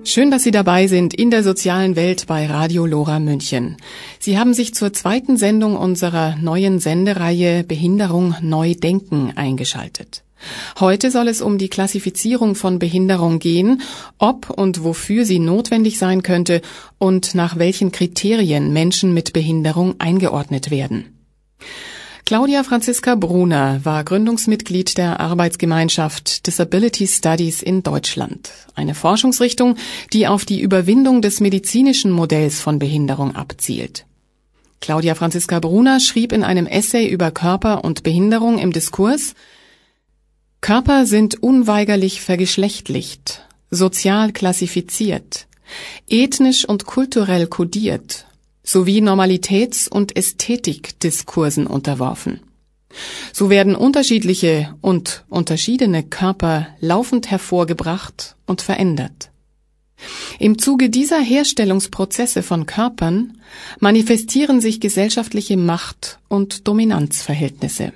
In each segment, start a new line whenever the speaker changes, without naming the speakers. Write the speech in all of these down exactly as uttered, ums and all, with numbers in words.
Schön, dass Sie dabei sind in der sozialen Welt bei Radio Lora München. Sie haben sich zur zweiten Sendung unserer neuen Sendereihe Behinderung neu denken eingeschaltet. Heute soll es um die Klassifizierung von Behinderung gehen, ob und wofür sie notwendig sein könnte und nach welchen Kriterien Menschen mit Behinderung eingeordnet werden. Claudia Franziska Bruner war Gründungsmitglied der Arbeitsgemeinschaft Disability Studies in Deutschland, eine Forschungsrichtung, die auf die Überwindung des medizinischen Modells von Behinderung abzielt. Claudia Franziska Bruner schrieb in einem Essay über Körper und Behinderung im Diskurs: Körper sind unweigerlich vergeschlechtlicht, sozial klassifiziert, ethnisch und kulturell kodiert, sowie Normalitäts- und Ästhetikdiskursen unterworfen. So werden unterschiedliche und unterschiedene Körper laufend hervorgebracht und verändert. Im Zuge dieser Herstellungsprozesse von Körpern manifestieren sich gesellschaftliche Macht- und Dominanzverhältnisse.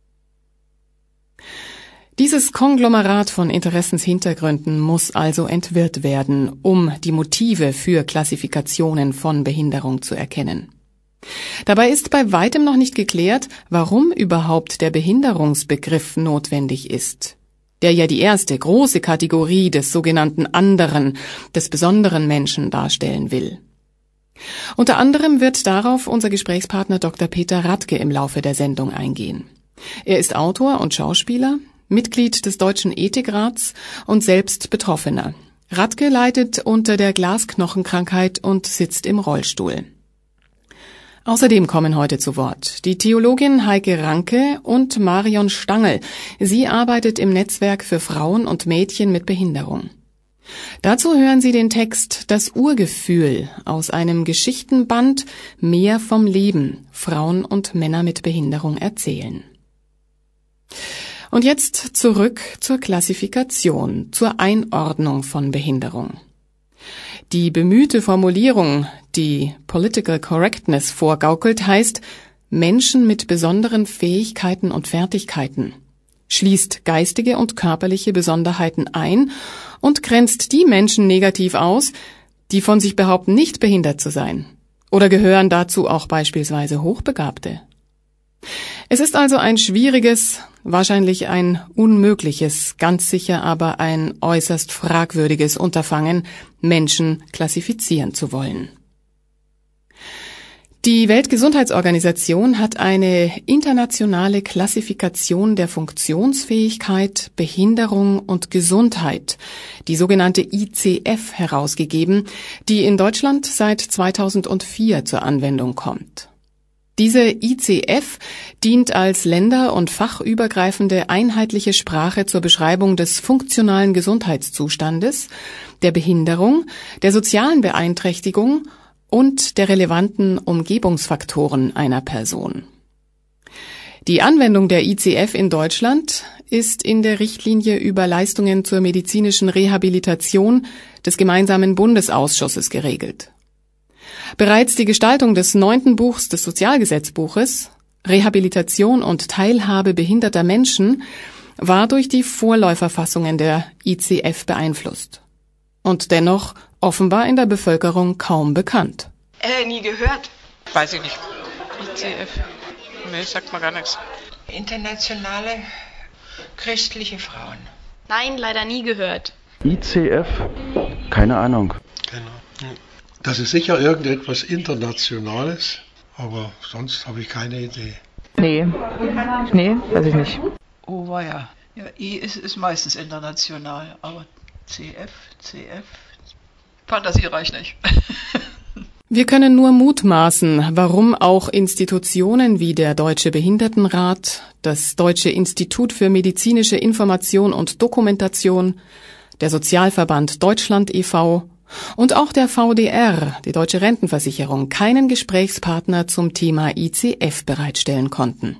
Dieses Konglomerat von Interessenshintergründen muss also entwirrt werden, um die Motive für Klassifikationen von Behinderung zu erkennen. Dabei ist bei weitem noch nicht geklärt, warum überhaupt der Behinderungsbegriff notwendig ist, der ja die erste große Kategorie des sogenannten anderen, des besonderen Menschen darstellen will. Unter anderem wird darauf unser Gesprächspartner Doktor Peter Radke im Laufe der Sendung eingehen. Er ist Autor und Schauspieler, Mitglied des Deutschen Ethikrats und selbst Betroffener. Radke leidet unter der Glasknochenkrankheit und sitzt im Rollstuhl. Außerdem kommen heute zu Wort die Theologin Heike Ranke und Marion Stangl. Sie arbeitet im Netzwerk für Frauen und Mädchen mit Behinderung. Dazu hören Sie den Text Das Urgefühl aus einem Geschichtenband Mehr vom Leben. Frauen und Männer mit Behinderung erzählen. Und jetzt zurück zur Klassifikation, zur Einordnung von Behinderung. Die bemühte Formulierung, die Political Correctness vorgaukelt, heißt Menschen mit besonderen Fähigkeiten und Fertigkeiten, schließt geistige und körperliche Besonderheiten ein und grenzt die Menschen negativ aus, die von sich behaupten, nicht behindert zu sein. Oder gehören dazu auch beispielsweise Hochbegabte? Es ist also ein schwieriges, wahrscheinlich ein unmögliches, ganz sicher aber ein äußerst fragwürdiges Unterfangen, Menschen klassifizieren zu wollen. Die Weltgesundheitsorganisation hat eine internationale Klassifikation der Funktionsfähigkeit, Behinderung und Gesundheit, die sogenannte I C F, herausgegeben, die in Deutschland seit zweitausendvier zur Anwendung kommt. Diese I C F dient als länder- und fachübergreifende einheitliche Sprache zur Beschreibung des funktionalen Gesundheitszustandes, der Behinderung, der sozialen Beeinträchtigung und der relevanten Umgebungsfaktoren einer Person. Die Anwendung der I C F in Deutschland ist in der Richtlinie über Leistungen zur medizinischen Rehabilitation des gemeinsamen Bundesausschusses geregelt. Bereits die Gestaltung des neunten Buchs des Sozialgesetzbuches Rehabilitation und Teilhabe behinderter Menschen war durch die Vorläuferfassungen der I C F beeinflusst und dennoch offenbar in der Bevölkerung kaum bekannt.
Äh, nie gehört.
Weiß ich nicht. I C F? Nee, sagt mir gar nichts.
Internationale christliche Frauen.
Nein, leider nie gehört.
I C F? Keine Ahnung.
Genau. Das ist sicher irgendetwas Internationales, aber sonst habe ich keine Idee.
Nee, nee, weiß ich nicht.
Oh weia. Ja, I ist, ist meistens international, aber C F, C F, Fantasie reicht nicht.
Wir können nur mutmaßen, warum auch Institutionen wie der Deutsche Behindertenrat, das Deutsche Institut für medizinische Information und Dokumentation, der Sozialverband Deutschland e V und auch der V D R, die Deutsche Rentenversicherung, keinen Gesprächspartner zum Thema I C F bereitstellen konnten.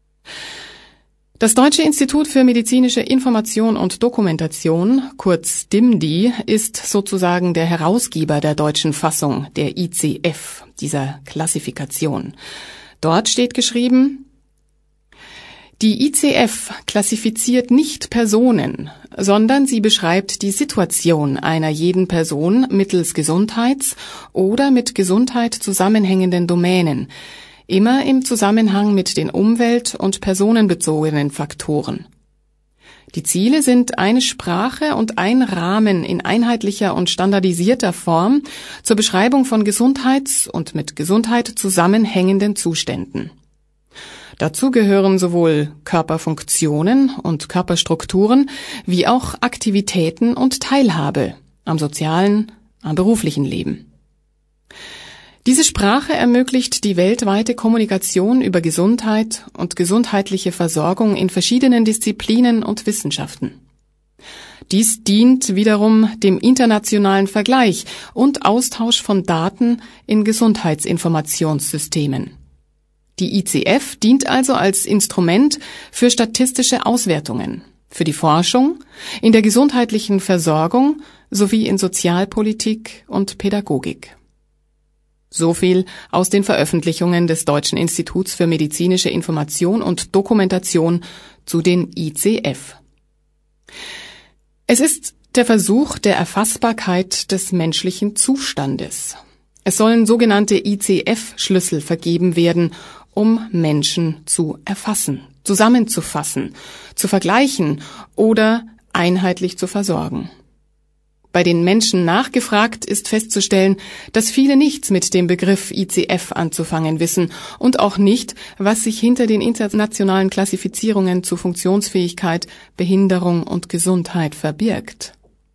Das Deutsche Institut für medizinische Information und Dokumentation, kurz D I M D I, ist sozusagen der Herausgeber der deutschen Fassung der I C F, dieser Klassifikation. Dort steht geschrieben: Die I C F klassifiziert nicht Personen, sondern sie beschreibt die Situation einer jeden Person mittels Gesundheits- oder mit Gesundheit zusammenhängenden Domänen, immer im Zusammenhang mit den umwelt- und personenbezogenen Faktoren. Die Ziele sind eine Sprache und ein Rahmen in einheitlicher und standardisierter Form zur Beschreibung von Gesundheits- und mit Gesundheit zusammenhängenden Zuständen. Dazu gehören sowohl Körperfunktionen und Körperstrukturen wie auch Aktivitäten und Teilhabe am sozialen, am beruflichen Leben. Diese Sprache ermöglicht die weltweite Kommunikation über Gesundheit und gesundheitliche Versorgung in verschiedenen Disziplinen und Wissenschaften. Dies dient wiederum dem internationalen Vergleich und Austausch von Daten in Gesundheitsinformationssystemen. Die I C F dient also als Instrument für statistische Auswertungen, für die Forschung, in der gesundheitlichen Versorgung sowie in Sozialpolitik und Pädagogik. So viel aus den Veröffentlichungen des Deutschen Instituts für medizinische Information und Dokumentation zu den I C F. Es ist der Versuch der Erfassbarkeit des menschlichen Zustandes. Es sollen sogenannte I C F-Schlüssel vergeben werden, um Menschen zu erfassen, zusammenzufassen, zu vergleichen oder einheitlich zu versorgen. Bei den Menschen nachgefragt ist festzustellen, dass viele nichts mit dem Begriff I C F anzufangen wissen und auch nicht, was sich hinter den internationalen Klassifizierungen zu Funktionsfähigkeit, Behinderung und Gesundheit verbirgt.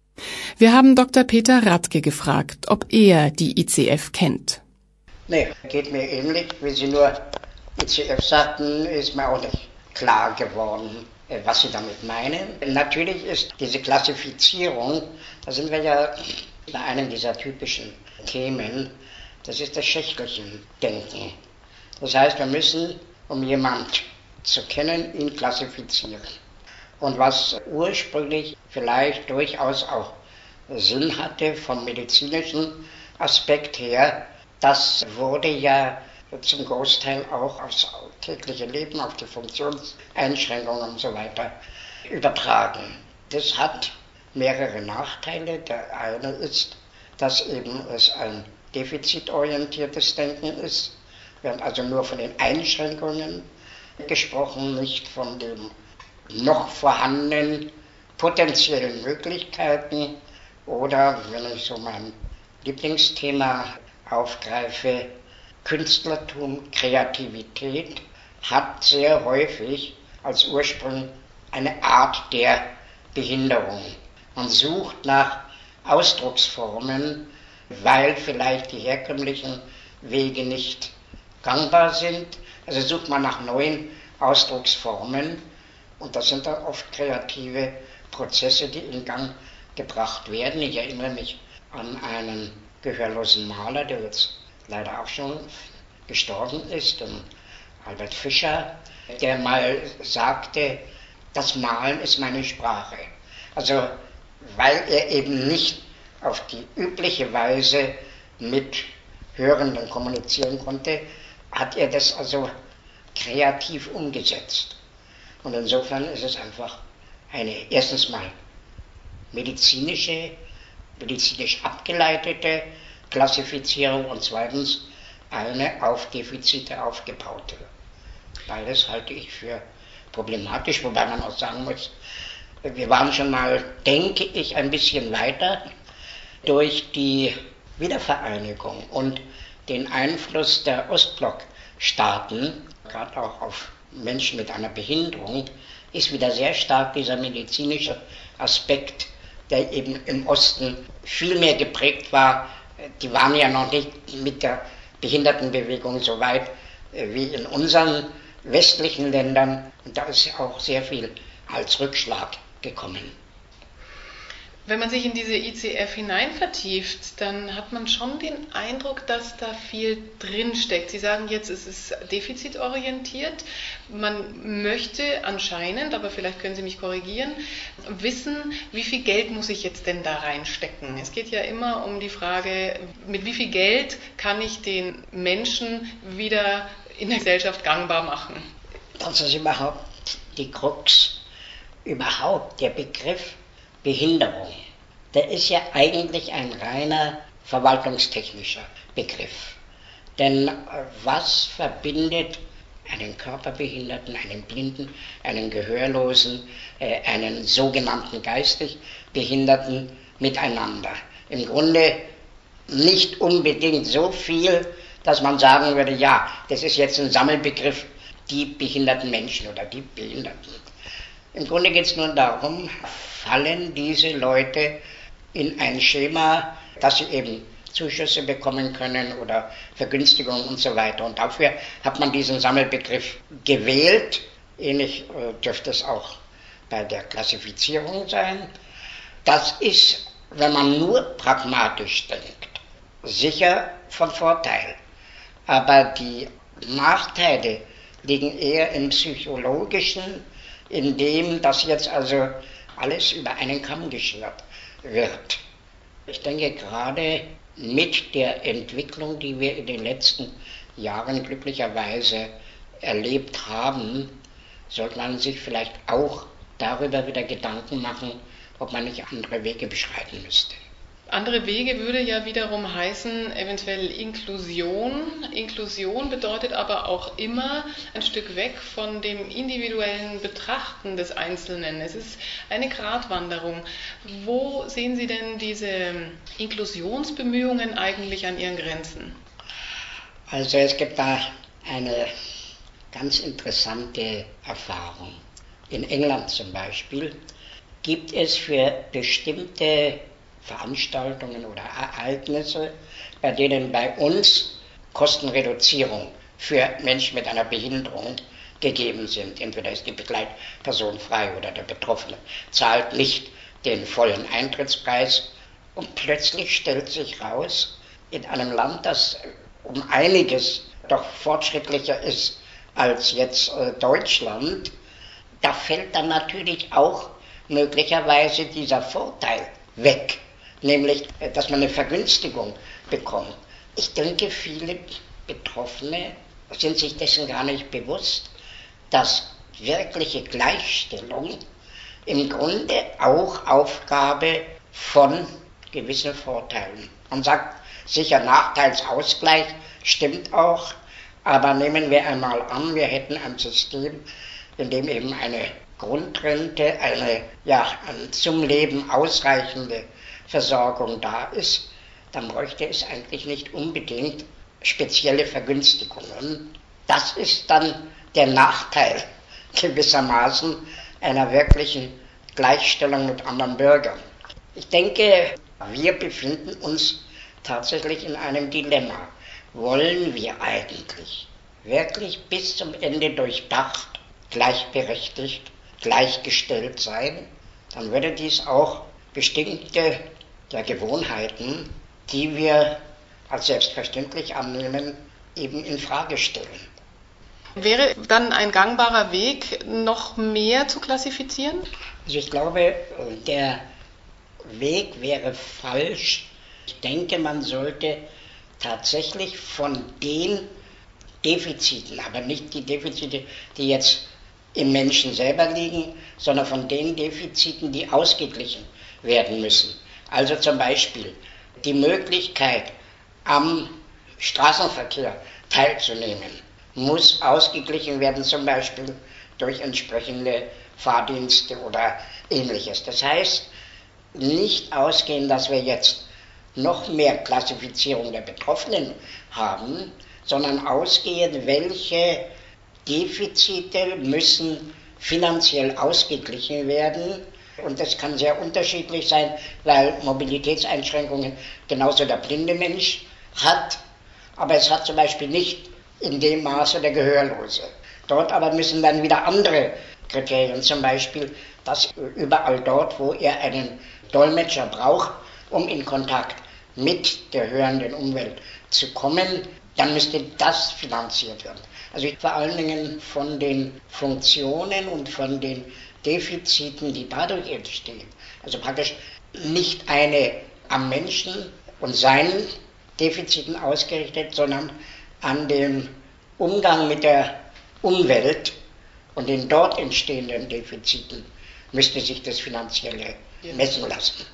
Wir haben Doktor Peter Radke gefragt, ob er die I C F kennt.
Nee, geht mir ähnlich. Wie Sie nur I C F sagten, ist mir auch nicht klar geworden, was Sie damit meinen. Natürlich ist diese Klassifizierung, da sind wir ja bei einem dieser typischen Themen, das ist das Schächtelchen-Denken. Das heißt, wir müssen, um jemanden zu kennen, ihn klassifizieren. Und was ursprünglich vielleicht durchaus auch Sinn hatte vom medizinischen Aspekt her, das wurde ja zum Großteil auch aufs tägliche Leben, auf die Funktionseinschränkungen und so weiter übertragen. Das hat mehrere Nachteile. Der eine ist, dass eben es ein defizitorientiertes Denken ist. Wir haben also nur von den Einschränkungen gesprochen, nicht von den noch vorhandenen potenziellen Möglichkeiten oder, wenn ich so mein Lieblingsthema aufgreife, Künstlertum, Kreativität hat sehr häufig als Ursprung eine Art der Behinderung. Man sucht nach Ausdrucksformen, weil vielleicht die herkömmlichen Wege nicht gangbar sind. Also sucht man nach neuen Ausdrucksformen und das sind dann oft kreative Prozesse, die in Gang gebracht werden. Ich erinnere mich an einen gehörlosen Maler, der jetzt leider auch schon gestorben ist, den Albert Fischer, der mal sagte, das Malen ist meine Sprache. Also weil er eben nicht auf die übliche Weise mit Hörenden kommunizieren konnte, hat er das also kreativ umgesetzt. Und insofern ist es einfach eine, erstens mal medizinische, medizinisch abgeleitete Klassifizierung und zweitens eine auf Defizite aufgebaute. Beides halte ich für problematisch, wobei man auch sagen muss, wir waren schon mal, denke ich, ein bisschen weiter durch die Wiedervereinigung und den Einfluss der Ostblockstaaten, gerade auch auf Menschen mit einer Behinderung, ist wieder sehr stark dieser medizinische Aspekt, der eben im Osten viel mehr geprägt war. Die waren ja noch nicht mit der Behindertenbewegung so weit wie in unseren westlichen Ländern. Und da ist auch sehr viel als Rückschlag gekommen.
Wenn man sich in diese I C F hinein vertieft, dann hat man schon den Eindruck, dass da viel drinsteckt. Sie sagen jetzt, es ist defizitorientiert. Man möchte anscheinend, aber vielleicht können Sie mich korrigieren, wissen, wie viel Geld muss ich jetzt denn da reinstecken? Es geht ja immer um die Frage, mit wie viel Geld kann ich den Menschen wieder in der Gesellschaft gangbar machen?
Also Sie überhaupt die Krux. Überhaupt der Begriff Behinderung, der ist ja eigentlich ein reiner verwaltungstechnischer Begriff. Denn was verbindet einen Körperbehinderten, einen Blinden, einen Gehörlosen, äh, einen sogenannten geistig Behinderten miteinander? Im Grunde nicht unbedingt so viel, dass man sagen würde, ja, das ist jetzt ein Sammelbegriff, die behinderten Menschen oder die Behinderten. Im Grunde geht es nur darum, fallen diese Leute in ein Schema, dass sie eben Zuschüsse bekommen können oder Vergünstigungen und so weiter. Und dafür hat man diesen Sammelbegriff gewählt. Ähnlich äh, dürfte es auch bei der Klassifizierung sein. Das ist, wenn man nur pragmatisch denkt, sicher von Vorteil. Aber die Nachteile liegen eher im Psychologischen, in dem das jetzt also alles über einen Kamm geschert wird. Ich denke, gerade mit der Entwicklung, die wir in den letzten Jahren glücklicherweise erlebt haben, sollte man sich vielleicht auch darüber wieder Gedanken machen, ob man nicht andere Wege beschreiten müsste.
Andere Wege würde ja wiederum heißen, eventuell Inklusion. Inklusion bedeutet aber auch immer ein Stück weg von dem individuellen Betrachten des Einzelnen. Es ist eine Gratwanderung. Wo sehen Sie denn diese Inklusionsbemühungen eigentlich an ihren Grenzen?
Also es gibt da eine ganz interessante Erfahrung. In England zum Beispiel gibt es für bestimmte Veranstaltungen oder Ereignisse, bei denen bei uns Kostenreduzierung für Menschen mit einer Behinderung gegeben sind. Entweder ist die Begleitperson frei oder der Betroffene zahlt nicht den vollen Eintrittspreis. Und plötzlich stellt sich raus, in einem Land, das um einiges doch fortschrittlicher ist als jetzt äh, Deutschland, da fällt dann natürlich auch möglicherweise dieser Vorteil weg. Nämlich, dass man eine Vergünstigung bekommt. Ich denke, viele Betroffene sind sich dessen gar nicht bewusst, dass wirkliche Gleichstellung im Grunde auch Aufgabe von gewissen Vorteilen. Man sagt sicher, Nachteilsausgleich stimmt auch, aber nehmen wir einmal an, wir hätten ein System, in dem eben eine Grundrente, eine ja, zum Leben ausreichende Versorgung da ist, dann bräuchte es eigentlich nicht unbedingt spezielle Vergünstigungen. Das ist dann der Nachteil gewissermaßen einer wirklichen Gleichstellung mit anderen Bürgern. Ich denke, wir befinden uns tatsächlich in einem Dilemma. Wollen wir eigentlich wirklich bis zum Ende durchdacht, gleichberechtigt, gleichgestellt sein? Dann würde dies auch bestimmte der Gewohnheiten, die wir als selbstverständlich annehmen, eben in Frage stellen.
Wäre dann ein gangbarer Weg, noch mehr zu klassifizieren?
Also ich glaube, der Weg wäre falsch. Ich denke, man sollte tatsächlich von den Defiziten, aber nicht die Defizite, die jetzt im Menschen selber liegen, sondern von den Defiziten, die ausgeglichen werden müssen. Also zum Beispiel die Möglichkeit, am Straßenverkehr teilzunehmen, muss ausgeglichen werden, zum Beispiel durch entsprechende Fahrdienste oder Ähnliches. Das heißt, nicht ausgehen, dass wir jetzt noch mehr Klassifizierung der Betroffenen haben, sondern ausgehen, welche Defizite müssen finanziell ausgeglichen werden. Und das kann sehr unterschiedlich sein, weil Mobilitätseinschränkungen genauso der blinde Mensch hat, aber es hat zum Beispiel nicht in dem Maße der Gehörlose. Dort aber müssen dann wieder andere Kriterien, zum Beispiel, dass überall dort, wo er einen Dolmetscher braucht, um in Kontakt mit der hörenden Umwelt zu kommen, dann müsste das finanziert werden. Also vor allen Dingen von den Funktionen und von den Defiziten, die dadurch entstehen. Also praktisch nicht eine am Menschen und seinen Defiziten ausgerichtet, sondern an dem Umgang mit der Umwelt, Und in dort entstehenden Defiziten müsste sich das Finanzielle messen lassen.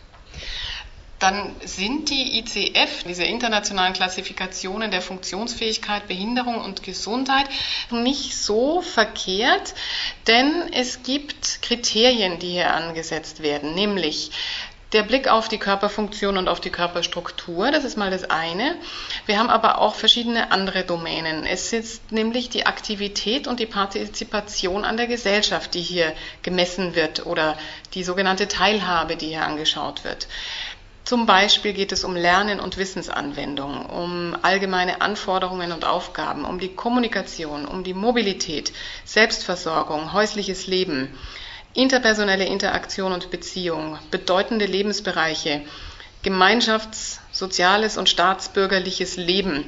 Dann sind die I C F, diese internationalen Klassifikationen der Funktionsfähigkeit, Behinderung und Gesundheit, nicht so verkehrt, denn es gibt Kriterien, die hier angesetzt werden, nämlich der Blick auf die Körperfunktion und auf die Körperstruktur, das ist mal das eine. Wir haben aber auch verschiedene andere Domänen. Es ist nämlich die Aktivität und die Partizipation an der Gesellschaft, die hier gemessen wird, oder die sogenannte Teilhabe, die hier angeschaut wird. Zum Beispiel geht es um Lernen und Wissensanwendung, um allgemeine Anforderungen und Aufgaben, um die Kommunikation, um die Mobilität, Selbstversorgung, häusliches Leben, interpersonelle Interaktion und Beziehung, bedeutende Lebensbereiche, Gemeinschafts-, soziales und staatsbürgerliches Leben.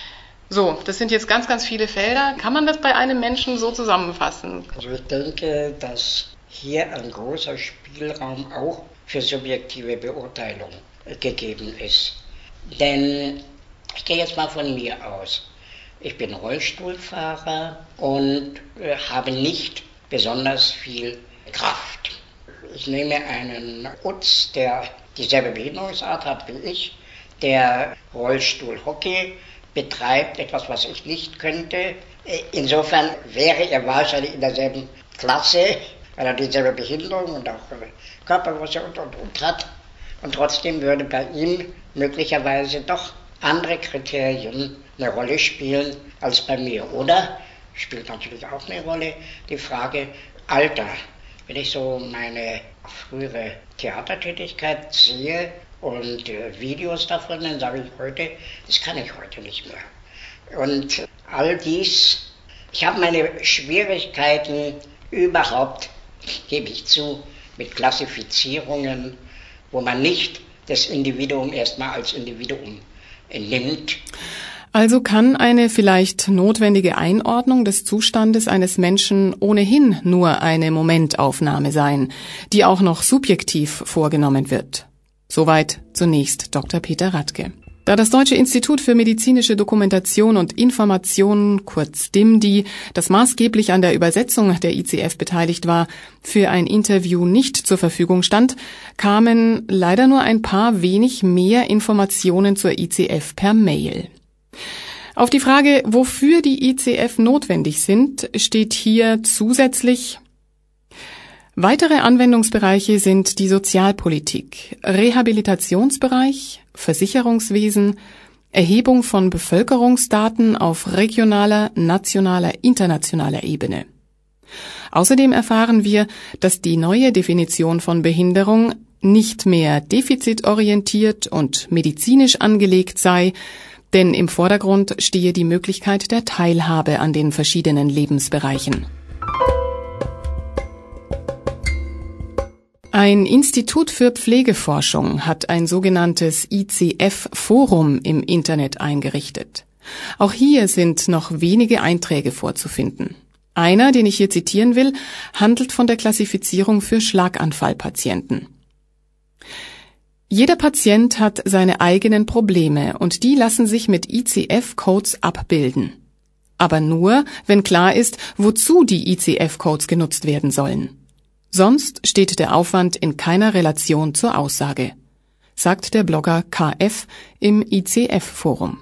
So, das sind jetzt ganz, ganz viele Felder. Kann man das bei einem Menschen so zusammenfassen?
Also ich denke, dass hier ein großer Spielraum auch für subjektive Beurteilung gegeben ist. Denn ich gehe jetzt mal von mir aus. Ich bin Rollstuhlfahrer und äh, habe nicht besonders viel Kraft. Ich nehme einen Utz, der dieselbe Behinderungsart hat wie ich, der Rollstuhlhockey betreibt, etwas, was ich nicht könnte. Insofern wäre er wahrscheinlich in derselben Klasse, weil er dieselbe Behinderung und auch Körpergröße und, und, und hat. Und trotzdem würde bei ihm möglicherweise doch andere Kriterien eine Rolle spielen als bei mir. Oder spielt natürlich auch eine Rolle die Frage Alter. Wenn ich so meine frühere Theatertätigkeit sehe und äh, Videos davon, dann sage ich heute, das kann ich heute nicht mehr. Und all dies, ich habe meine Schwierigkeiten überhaupt, gebe ich zu, mit Klassifizierungen, wo man nicht das Individuum erstmal als Individuum nimmt.
Also kann eine vielleicht notwendige Einordnung des Zustandes eines Menschen ohnehin nur eine Momentaufnahme sein, die auch noch subjektiv vorgenommen wird. Soweit zunächst Doktor Peter Radke. Da das Deutsche Institut für medizinische Dokumentation und Information, kurz D I M D I, das maßgeblich an der Übersetzung der I C F beteiligt war, für ein Interview nicht zur Verfügung stand, kamen leider nur ein paar wenig mehr Informationen zur I C F per Mail. Auf die Frage, wofür die I C F notwendig sind, steht hier zusätzlich: Weitere Anwendungsbereiche sind die Sozialpolitik, Rehabilitationsbereich, Versicherungswesen, Erhebung von Bevölkerungsdaten auf regionaler, nationaler, internationaler Ebene. Außerdem erfahren wir, dass die neue Definition von Behinderung nicht mehr defizitorientiert und medizinisch angelegt sei, denn im Vordergrund stehe die Möglichkeit der Teilhabe an den verschiedenen Lebensbereichen. Ein Institut für Pflegeforschung hat ein sogenanntes I C F-Forum im Internet eingerichtet. Auch hier sind noch wenige Einträge vorzufinden. Einer, den ich hier zitieren will, handelt von der Klassifizierung für Schlaganfallpatienten. Jeder Patient hat seine eigenen Probleme und die lassen sich mit I C F-Codes abbilden. Aber nur, wenn klar ist, wozu die I C F-Codes genutzt werden sollen. Sonst steht der Aufwand in keiner Relation zur Aussage, sagt der Blogger K F im I C F-Forum.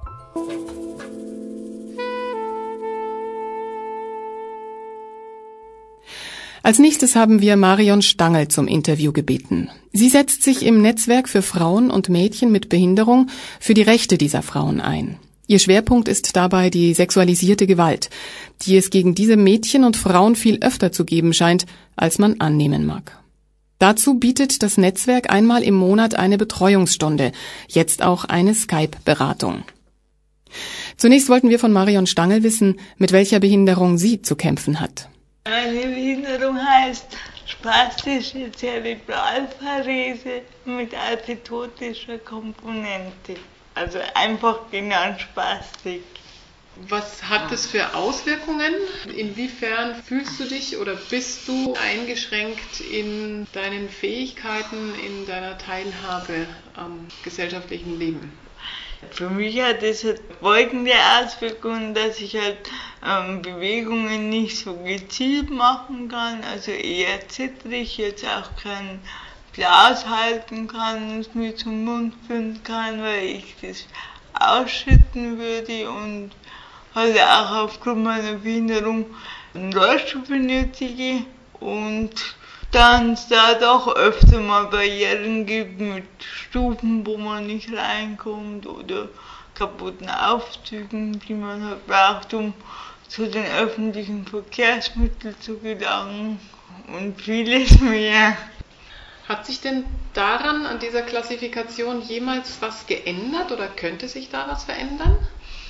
Als nächstes haben wir Marion Stangl zum Interview gebeten. Sie setzt sich im Netzwerk für Frauen und Mädchen mit Behinderung für die Rechte dieser Frauen ein. Ihr Schwerpunkt ist dabei die sexualisierte Gewalt, die es gegen diese Mädchen und Frauen viel öfter zu geben scheint, als man annehmen mag. Dazu bietet das Netzwerk einmal im Monat eine Betreuungsstunde, jetzt auch eine Skype-Beratung. Zunächst wollten wir von Marion Stangl wissen, mit welcher Behinderung sie zu kämpfen hat.
Meine Behinderung heißt spastische Zerebralparese mit asymptotischer Komponente. Also einfach genannt Spastik.
Was hat das für Auswirkungen? Inwiefern fühlst du dich oder bist du eingeschränkt in deinen Fähigkeiten, in deiner Teilhabe am gesellschaftlichen Leben?
Für mich hat es halt folgende Auswirkungen, dass ich halt ähm, Bewegungen nicht so gezielt machen kann, also eher zittrig, jetzt auch kein Glas halten kann und es mir zum Mund finden kann, weil ich das ausschütten würde und also auch aufgrund meiner Behinderung einen Rollstuhl benötige und dann es da doch öfter mal Barrieren gibt mit Stufen, wo man nicht reinkommt oder kaputten Aufzügen, die man halt braucht, um zu den öffentlichen Verkehrsmitteln zu gelangen und vieles mehr.
Hat sich denn daran, an dieser Klassifikation, jemals was geändert oder könnte sich da was verändern?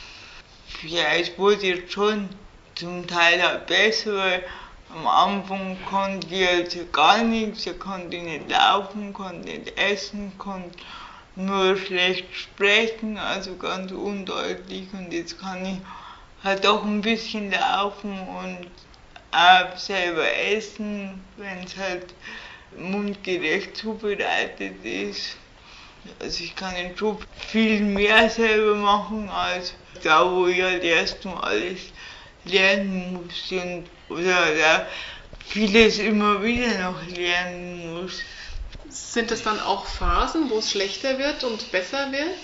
Ja, es wurde jetzt schon zum Teil auch besser, weil am Anfang konnte ich also gar nichts, ich konnte nicht laufen, konnte nicht essen, konnte nur schlecht sprechen, also ganz undeutlich und jetzt kann ich halt doch ein bisschen laufen und auch selber essen, wenn es halt mundgerecht zubereitet ist. Also ich kann den Job viel mehr selber machen als da, wo ich halt erst mal alles lernen muss und oder, oder vieles immer wieder noch lernen muss.
Sind es dann auch Phasen, wo es schlechter wird und besser wird?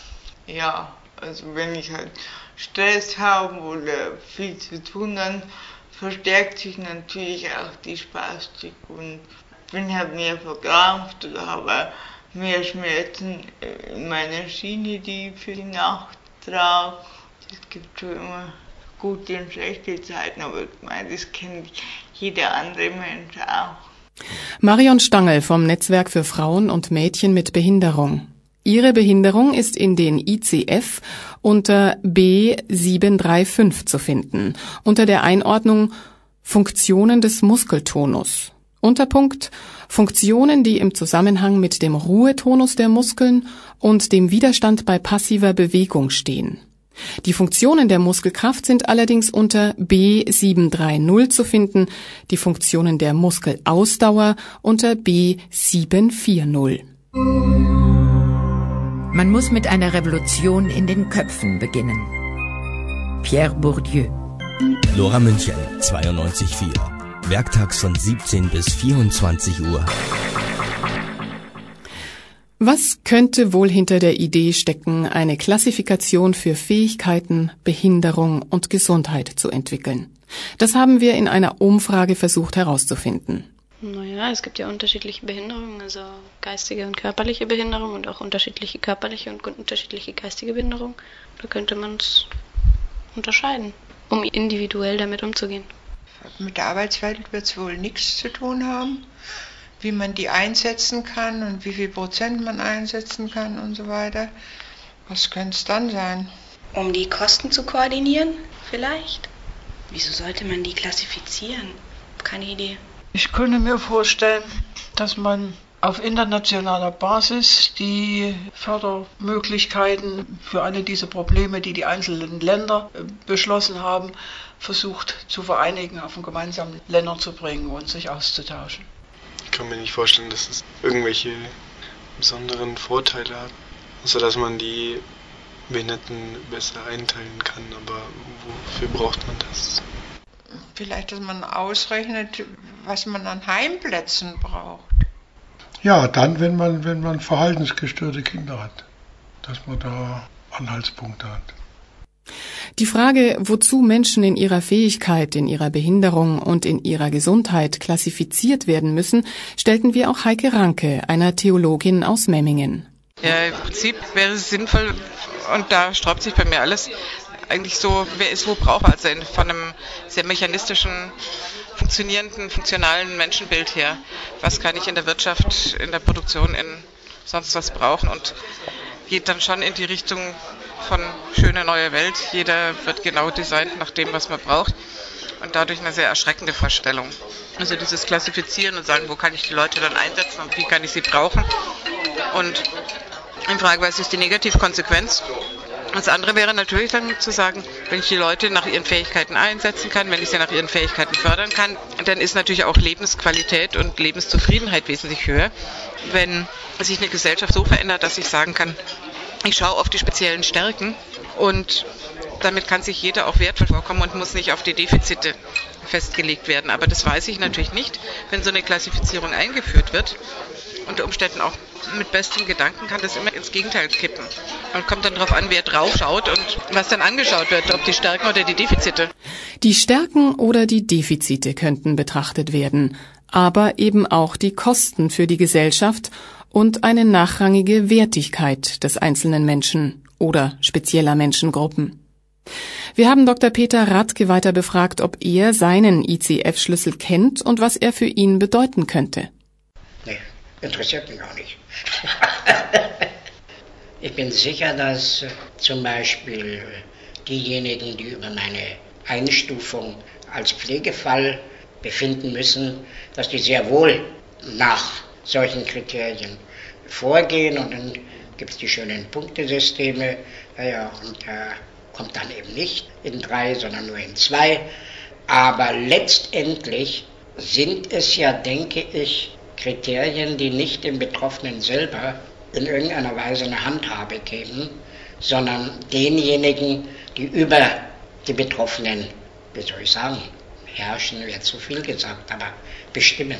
Ja, also wenn ich halt Stress habe oder viel zu tun, dann verstärkt sich natürlich auch die Spastik und bin halt mehr verkrampft oder habe mehr Schmerzen in meiner Schiene, die ich für die Nacht trage. Es gibt schon immer gute und schlechte Zeiten, aber ich meine, das kennt jeder andere Mensch auch.
Marion Stangl vom Netzwerk für Frauen und Mädchen mit Behinderung. Ihre Behinderung ist in den I C F unter B sieben drei fünf zu finden, unter der Einordnung Funktionen des Muskeltonus. Unterpunkt Funktionen, die im Zusammenhang mit dem Ruhetonus der Muskeln und dem Widerstand bei passiver Bewegung stehen. Die Funktionen der Muskelkraft sind allerdings unter B sieben drei null zu finden, die Funktionen der Muskelausdauer unter B sieben vier null.
Man muss mit einer Revolution in den Köpfen beginnen. Pierre Bourdieu.
Lora München, zweiundneunzig Komma vier. Werktags von siebzehn bis vierundzwanzig Uhr.
Was könnte wohl hinter der Idee stecken, eine Klassifikation für Fähigkeiten, Behinderung und Gesundheit zu entwickeln? Das haben wir in einer Umfrage versucht herauszufinden.
Naja, es gibt ja unterschiedliche Behinderungen, also geistige und körperliche Behinderung und auch unterschiedliche körperliche und unterschiedliche geistige Behinderung. Da könnte man es unterscheiden, um individuell damit umzugehen.
Mit der Arbeitswelt wird es wohl nichts zu tun haben, wie man die einsetzen kann und wie viel Prozent man einsetzen kann und so weiter. Was könnte es dann sein?
Um die Kosten zu koordinieren, vielleicht? Wieso sollte man die klassifizieren? Keine Idee.
Ich könnte mir vorstellen, dass man auf internationaler Basis die Fördermöglichkeiten für alle diese Probleme, die die einzelnen Länder beschlossen haben, versucht zu vereinigen, auf einen gemeinsamen Nenner zu bringen und sich auszutauschen.
Ich kann mir nicht vorstellen, dass es irgendwelche besonderen Vorteile hat, außer dass man die Behinderten besser einteilen kann. Aber wofür braucht man das?
Vielleicht, dass man ausrechnet, was man an Heimplätzen braucht.
Ja, dann, wenn man, wenn man verhaltensgestörte Kinder hat, dass man da Anhaltspunkte hat.
Die Frage, wozu Menschen in ihrer Fähigkeit, in ihrer Behinderung und in ihrer Gesundheit klassifiziert werden müssen, stellten wir auch Heike Ranke, einer Theologin aus Memmingen.
Ja, im Prinzip wäre es sinnvoll, und da sträubt sich bei mir alles, eigentlich so, wer ist wo braucht, also von einem sehr mechanistischen, funktionierenden, funktionalen Menschenbild her. Was kann ich in der Wirtschaft, in der Produktion, in sonst was brauchen, und geht dann schon in die Richtung von schöne neue Welt. Jeder wird genau designt nach dem, was man braucht, und dadurch eine sehr erschreckende Vorstellung. Also dieses Klassifizieren und sagen, wo kann ich die Leute dann einsetzen und wie kann ich sie brauchen, und in Frage, was ist die Negativkonsequenz? Das andere wäre natürlich dann zu sagen, wenn ich die Leute nach ihren Fähigkeiten einsetzen kann, wenn ich sie nach ihren Fähigkeiten fördern kann, dann ist natürlich auch Lebensqualität und Lebenszufriedenheit wesentlich höher. Wenn sich eine Gesellschaft so verändert, dass ich sagen kann, ich schaue auf die speziellen Stärken und damit kann sich jeder auch wertvoll vorkommen und muss nicht auf die Defizite festgelegt werden. Aber das weiß ich natürlich nicht, wenn so eine Klassifizierung eingeführt wird. Unter Umständen auch mit bestem Gedanken kann das immer ins Gegenteil kippen. Und kommt dann darauf an, wer drauf schaut und was dann angeschaut wird, ob die Stärken oder die Defizite.
Die Stärken oder die Defizite könnten betrachtet werden, aber eben auch die Kosten für die Gesellschaft und eine nachrangige Wertigkeit des einzelnen Menschen oder spezieller Menschengruppen. Wir haben Doktor Peter Radke weiter befragt, ob er seinen I C F-Schlüssel kennt und was er für ihn bedeuten könnte.
Nee, interessiert mich auch nicht. Ich bin sicher, dass äh, zum Beispiel diejenigen, die über meine Einstufung als Pflegefall befinden müssen, dass die sehr wohl nach solchen Kriterien vorgehen und dann gibt es die schönen Punktesysteme, ja, ja, und da äh, kommt dann eben nicht in drei, sondern nur in zwei. Aber letztendlich sind es ja, denke ich, Kriterien, die nicht dem Betroffenen selber in irgendeiner Weise eine Handhabe geben, sondern denjenigen, die über die Betroffenen, wie soll ich sagen, herrschen, wäre zu viel gesagt, aber bestimmen.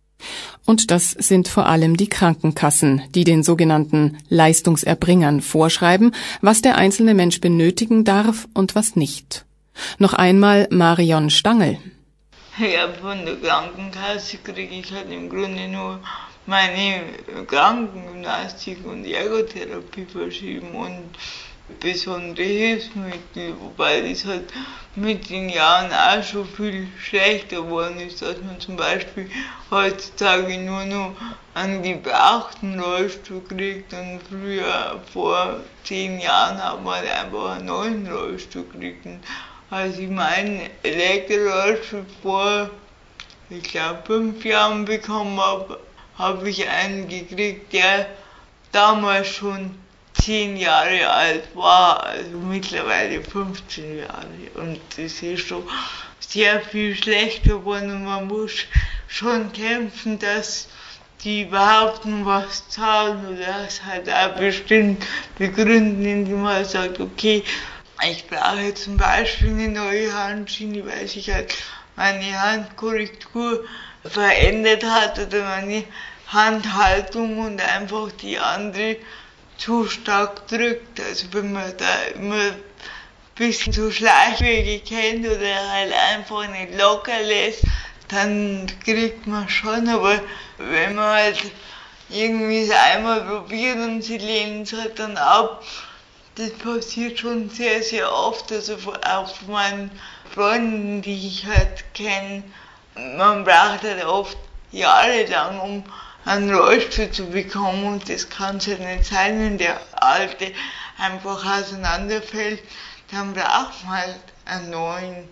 Und das sind vor allem die Krankenkassen, die den sogenannten Leistungserbringern vorschreiben, was der einzelne Mensch benötigen darf und was nicht. Noch einmal Marion Stangl.
Ja, von der Krankenkasse kriege ich halt im Grunde nur meine Krankengymnastik und Ergotherapie verschrieben und besondere Hilfsmittel, wobei das halt mit den Jahren auch schon viel schlechter geworden ist, dass man zum Beispiel heutzutage nur noch einen gebrauchten Rollstuhl kriegt und früher, vor zehn Jahren, hat man halt einfach einen neuen Rollstuhl gekriegt. Und als ich meinen Elektrorollstuhl vor, ich glaube, fünf Jahren bekommen habe, habe ich einen gekriegt, der damals schon zehn Jahre alt war, also mittlerweile fünfzehn Jahre. Und das ist schon sehr viel schlechter geworden und man muss schon kämpfen, dass die überhaupt noch was zahlen oder das halt auch bestimmt begründen, indem man sagt, okay, ich brauche zum Beispiel eine neue Handschiene, weil sich halt meine Handkorrektur verändert hat oder meine Handhaltung und einfach die andere zu stark drückt. Also wenn man da immer ein bisschen so Schleichwege kennt oder halt einfach nicht locker lässt, dann kriegt man schon, aber wenn man halt irgendwie es einmal probiert und sie lehnen es halt dann ab, das passiert schon sehr, sehr oft, also auch von meinen Freunden, die ich halt kenne. Man braucht halt oft jahrelang, um einen Rollstuhl zu bekommen und das kann es halt nicht sein, wenn der alte einfach auseinanderfällt, dann braucht man halt einen neuen.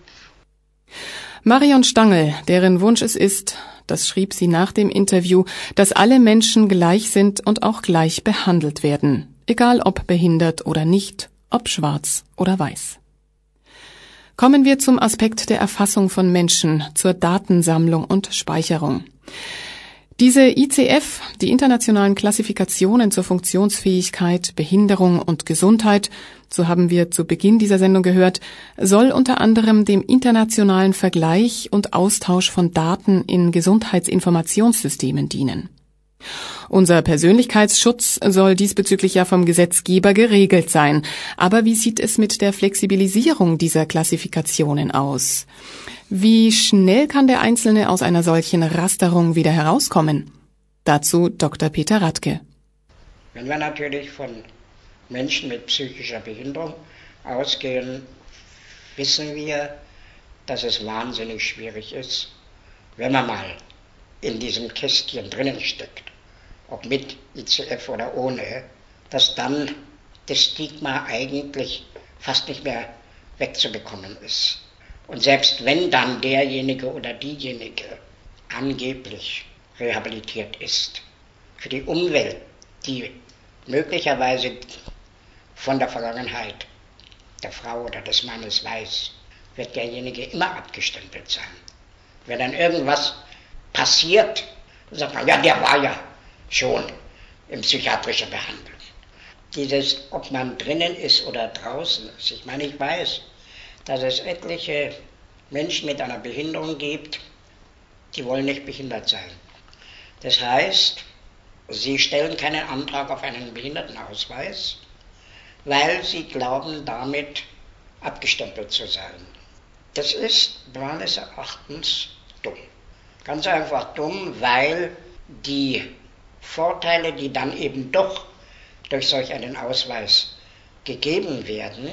Marion Stangl, deren Wunsch es ist, das schrieb sie nach dem Interview, dass alle Menschen gleich sind und auch gleich behandelt werden, egal ob behindert oder nicht, ob schwarz oder weiß. Kommen wir zum Aspekt der Erfassung von Menschen, zur Datensammlung und Speicherung. Diese I C F, die internationalen Klassifikationen zur Funktionsfähigkeit, Behinderung und Gesundheit, so haben wir zu Beginn dieser Sendung gehört, soll unter anderem dem internationalen Vergleich und Austausch von Daten in Gesundheitsinformationssystemen dienen. Unser Persönlichkeitsschutz soll diesbezüglich ja vom Gesetzgeber geregelt sein. Aber wie sieht es mit der Flexibilisierung dieser Klassifikationen aus? Wie schnell kann der Einzelne aus einer solchen Rasterung wieder herauskommen? Dazu Doktor Peter Radke.
Wenn wir natürlich von Menschen mit psychischer Behinderung ausgehen, wissen wir, dass es wahnsinnig schwierig ist, wenn man mal in diesem Kästchen drinnen steckt, ob mit I C F oder ohne, dass dann das Stigma eigentlich fast nicht mehr wegzubekommen ist. Und selbst wenn dann derjenige oder diejenige angeblich rehabilitiert ist, für die Umwelt, die möglicherweise von der Vergangenheit der Frau oder des Mannes weiß, wird derjenige immer abgestempelt sein. Wenn dann irgendwas passiert, sagt man, ja, der war ja schon in psychiatrischer Behandlung. Dieses, ob man drinnen ist oder draußen ist. Ich meine, ich weiß, dass es etliche Menschen mit einer Behinderung gibt, die wollen nicht behindert sein. Das heißt, sie stellen keinen Antrag auf einen Behindertenausweis, weil sie glauben, damit abgestempelt zu sein. Das ist meines Erachtens dumm. Ganz einfach dumm, weil die Vorteile, die dann eben doch durch solch einen Ausweis gegeben werden,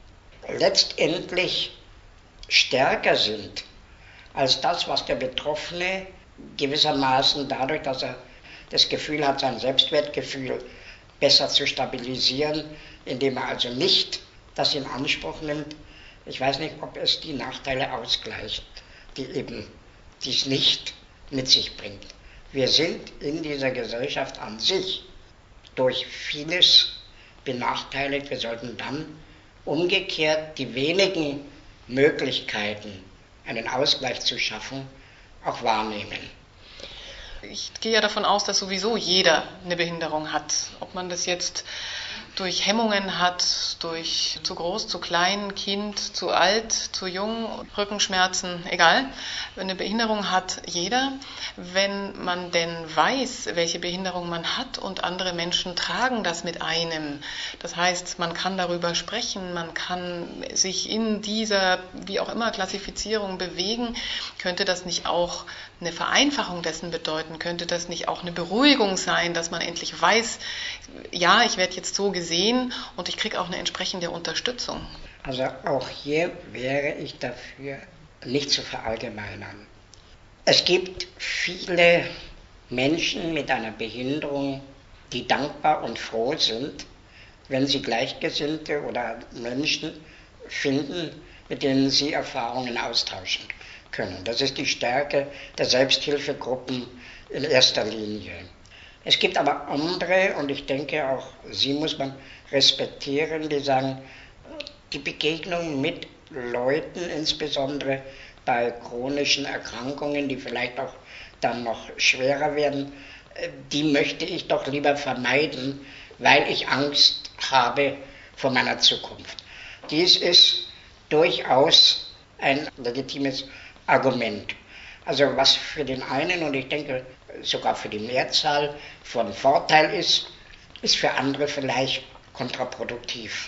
letztendlich stärker sind als das, was der Betroffene gewissermaßen dadurch, dass er das Gefühl hat, sein Selbstwertgefühl besser zu stabilisieren, indem er also nicht das in Anspruch nimmt. Ich weiß nicht, ob es die Nachteile ausgleicht, die eben dies nicht mit sich bringt. Wir sind in dieser Gesellschaft an sich durch vieles benachteiligt. Wir sollten dann umgekehrt die wenigen Möglichkeiten, einen Ausgleich zu schaffen, auch wahrnehmen.
Ich gehe ja davon aus, dass sowieso jeder eine Behinderung hat. Ob man das jetzt durch Hemmungen hat, durch zu groß, zu klein, Kind, zu alt, zu jung, Rückenschmerzen, egal. Eine Behinderung hat jeder. Wenn man denn weiß, welche Behinderung man hat und andere Menschen tragen das mit einem. Das heißt, man kann darüber sprechen, man kann sich in dieser, wie auch immer, Klassifizierung bewegen. Könnte das nicht auch eine Vereinfachung dessen bedeuten? Könnte das nicht auch eine Beruhigung sein, dass man endlich weiß, ja, ich werde jetzt so gesehen und ich kriege auch eine entsprechende Unterstützung?
Also auch hier wäre ich dafür, nicht zu verallgemeinern. Es gibt viele Menschen mit einer Behinderung, die dankbar und froh sind, wenn sie Gleichgesinnte oder Menschen finden, mit denen sie Erfahrungen austauschen können. Das ist die Stärke der Selbsthilfegruppen in erster Linie. Es gibt aber andere, und ich denke auch sie muss man respektieren, die sagen, die Begegnung mit Leuten, insbesondere bei chronischen Erkrankungen, die vielleicht auch dann noch schwerer werden, die möchte ich doch lieber vermeiden, weil ich Angst habe vor meiner Zukunft. Dies ist durchaus ein legitimes Argument. Also was für den einen, und ich denke sogar für die Mehrzahl, von Vorteil ist, ist für andere vielleicht kontraproduktiv.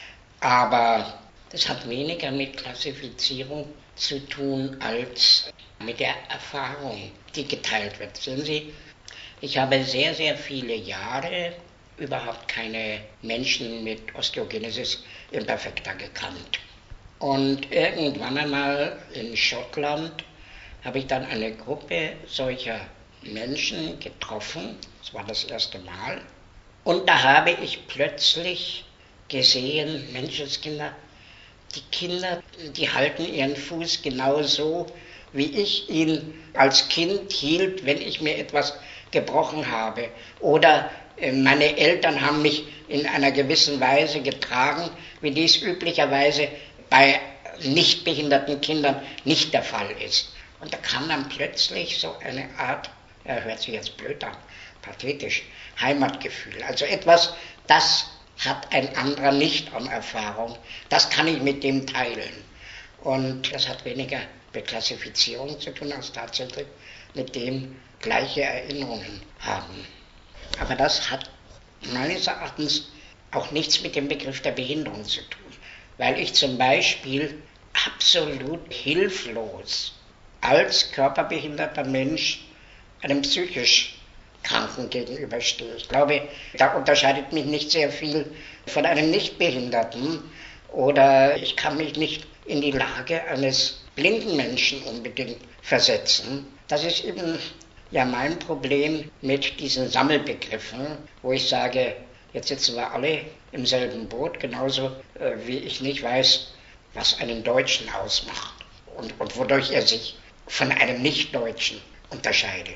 Aber das hat weniger mit Klassifizierung zu tun als mit der Erfahrung, die geteilt wird. Sehen Sie, ich habe sehr, sehr viele Jahre überhaupt keine Menschen mit Osteogenesis imperfecta gekannt. Und irgendwann einmal in Schottland habe ich dann eine Gruppe solcher Menschen getroffen. Das war das erste Mal. Und da habe ich plötzlich gesehen, Menschenskinder, die Kinder, die halten ihren Fuß genauso, wie ich ihn als Kind hielt, wenn ich mir etwas gebrochen habe. Oder meine Eltern haben mich in einer gewissen Weise getragen, wie dies üblicherweise bei nicht behinderten Kindern nicht der Fall ist. Und da kam dann plötzlich so eine Art, ja, hört sich jetzt blöd an, pathetisch, Heimatgefühl. Also etwas, das hat ein anderer nicht an Erfahrung. Das kann ich mit dem teilen. Und das hat weniger mit Klassifizierung zu tun, als tatsächlich mit dem gleiche Erinnerungen haben. Aber das hat meines Erachtens auch nichts mit dem Begriff der Behinderung zu tun. Weil ich zum Beispiel absolut hilflos als körperbehinderter Mensch einem psychisch Kranken gegenüberstehe. Ich glaube, da unterscheidet mich nicht sehr viel von einem Nichtbehinderten, oder ich kann mich nicht in die Lage eines blinden Menschen unbedingt versetzen. Das ist eben ja mein Problem mit diesen Sammelbegriffen, wo ich sage, jetzt sitzen wir alle im selben Boot, genauso äh, wie ich nicht weiß, was einen Deutschen ausmacht und, und wodurch er sich von einem Nichtdeutschen unterscheidet.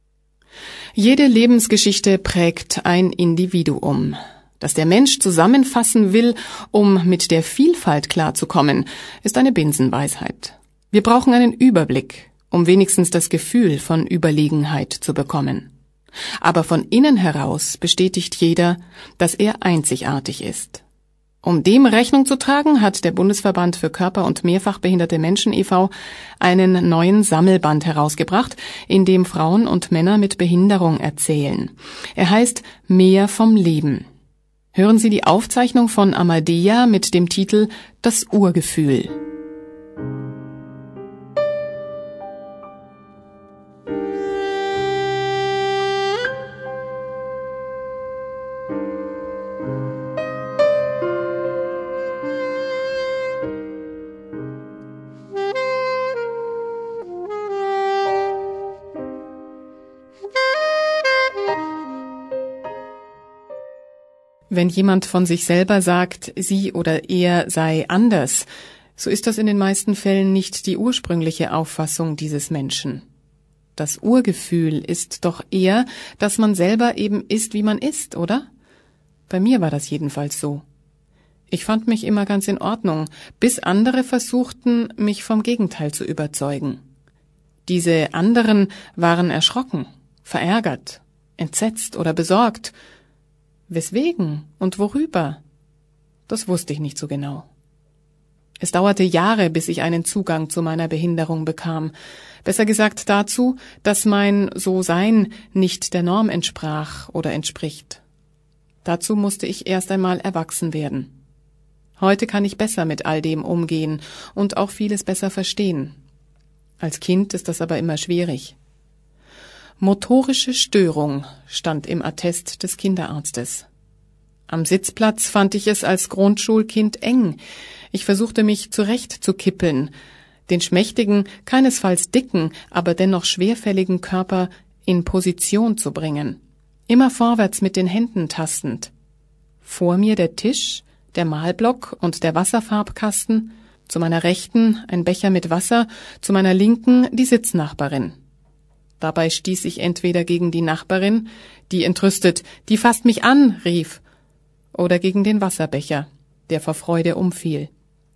Jede Lebensgeschichte prägt ein Individuum, das der Mensch zusammenfassen will, um mit der Vielfalt klarzukommen, ist eine Binsenweisheit. Wir brauchen einen Überblick, um wenigstens das Gefühl von Überlegenheit zu bekommen. Aber von innen heraus bestätigt jeder, dass er einzigartig ist. Um dem Rechnung zu tragen, hat der Bundesverband für Körper- und Mehrfachbehinderte Menschen e V einen neuen Sammelband herausgebracht, in dem Frauen und Männer mit Behinderung erzählen. Er heißt Mehr vom Leben. Hören Sie die Aufzeichnung von Amadea mit dem Titel Das Urgefühl. Wenn jemand von sich selber sagt, sie oder er sei anders, so ist das in den meisten Fällen nicht die ursprüngliche Auffassung dieses Menschen. Das Urgefühl ist doch eher, dass man selber eben ist, wie man ist, oder? Bei mir war das jedenfalls so. Ich fand mich immer ganz in Ordnung, bis andere versuchten, mich vom Gegenteil zu überzeugen. Diese anderen waren erschrocken, verärgert, entsetzt oder besorgt. Weswegen und worüber? Das wusste ich nicht so genau. Es dauerte Jahre, bis ich einen Zugang zu meiner Behinderung bekam. Besser gesagt dazu, dass mein So-Sein nicht der Norm entsprach oder entspricht. Dazu musste ich erst einmal erwachsen werden. Heute kann ich besser mit all dem umgehen und auch vieles besser verstehen. Als Kind ist das aber immer schwierig. Motorische Störung stand im Attest des Kinderarztes. Am Sitzplatz fand ich es als Grundschulkind eng. Ich versuchte mich zurechtzukippeln, den schmächtigen, keinesfalls dicken, aber dennoch schwerfälligen Körper in Position zu bringen. Immer vorwärts mit den Händen tastend. Vor mir der Tisch, der Malblock und der Wasserfarbkasten, zu meiner Rechten ein Becher mit Wasser, zu meiner Linken die Sitznachbarin. Dabei stieß ich entweder gegen die Nachbarin, die entrüstet, die fasst mich an, rief, oder gegen den Wasserbecher, der vor Freude umfiel.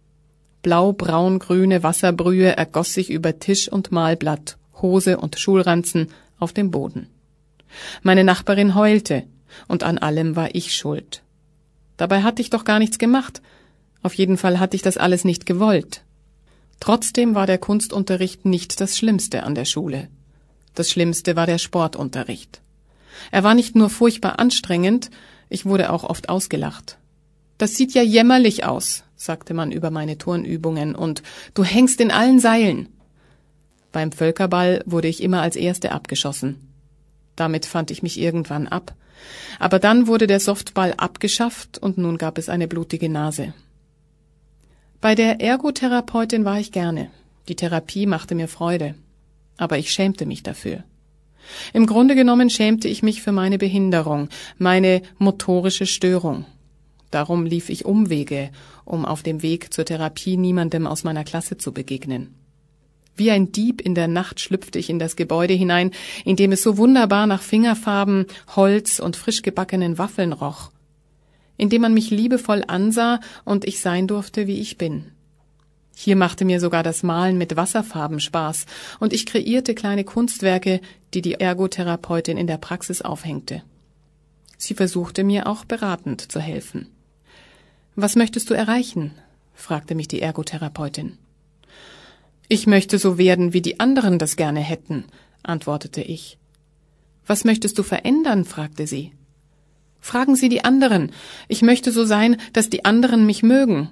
Blau-braun-grüne Wasserbrühe ergoss sich über Tisch und Malblatt, Hose und Schulranzen auf dem Boden. Meine Nachbarin heulte, und an allem war ich schuld. Dabei hatte ich doch gar nichts gemacht. Auf jeden Fall hatte ich das alles nicht gewollt. Trotzdem war der Kunstunterricht nicht das Schlimmste an der Schule. Das Schlimmste war der Sportunterricht. Er war nicht nur furchtbar anstrengend, ich wurde auch oft ausgelacht. »Das sieht ja jämmerlich aus«, sagte man über meine Turnübungen, und »du hängst in allen Seilen«. Beim Völkerball wurde ich immer als Erste abgeschossen. Damit fand ich mich irgendwann ab. Aber dann wurde der Softball abgeschafft und nun gab es eine blutige Nase. Bei der Ergotherapeutin war ich gerne. Die Therapie machte mir Freude. Aber ich schämte mich dafür. Im Grunde genommen schämte ich mich für meine Behinderung, meine motorische Störung. Darum lief ich Umwege, um auf dem Weg zur Therapie niemandem aus meiner Klasse zu begegnen. Wie ein Dieb in der Nacht schlüpfte ich in das Gebäude hinein, in dem es so wunderbar nach Fingerfarben, Holz und frisch gebackenen Waffeln roch, in dem man mich liebevoll ansah und ich sein durfte, wie ich bin. Hier machte mir sogar das Malen mit Wasserfarben Spaß, und ich kreierte kleine Kunstwerke, die die Ergotherapeutin in der Praxis aufhängte. Sie versuchte mir auch beratend zu helfen. »Was möchtest du erreichen?« fragte mich die Ergotherapeutin. »Ich möchte so werden, wie die anderen das gerne hätten«, antwortete ich. »Was möchtest du verändern?« fragte sie. »Fragen Sie die anderen. Ich möchte so sein, dass die anderen mich mögen.«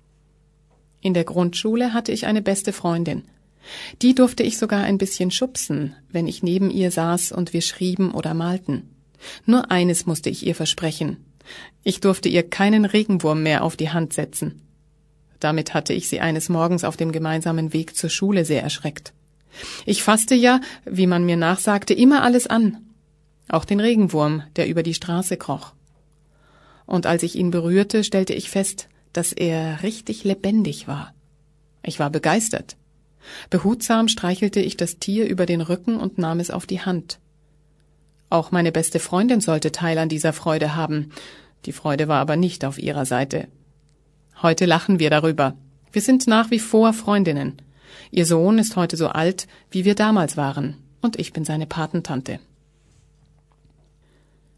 In der Grundschule hatte ich eine beste Freundin. Die durfte ich sogar ein bisschen schubsen, wenn ich neben ihr saß und wir schrieben oder malten. Nur eines musste ich ihr versprechen. Ich durfte ihr keinen Regenwurm mehr auf die Hand setzen. Damit hatte ich sie eines Morgens auf dem gemeinsamen Weg zur Schule sehr erschreckt. Ich fasste ja, wie man mir nachsagte, immer alles an. Auch den Regenwurm, der über die Straße kroch. Und als ich ihn berührte, stellte ich fest, dass er richtig lebendig war. Ich war begeistert. Behutsam streichelte ich das Tier über den Rücken und nahm es auf die Hand. Auch meine beste Freundin sollte Teil an dieser Freude haben. Die Freude war aber nicht auf ihrer Seite. Heute lachen wir darüber. Wir sind nach wie vor Freundinnen. Ihr Sohn ist heute so alt, wie wir damals waren, und ich bin seine Patentante.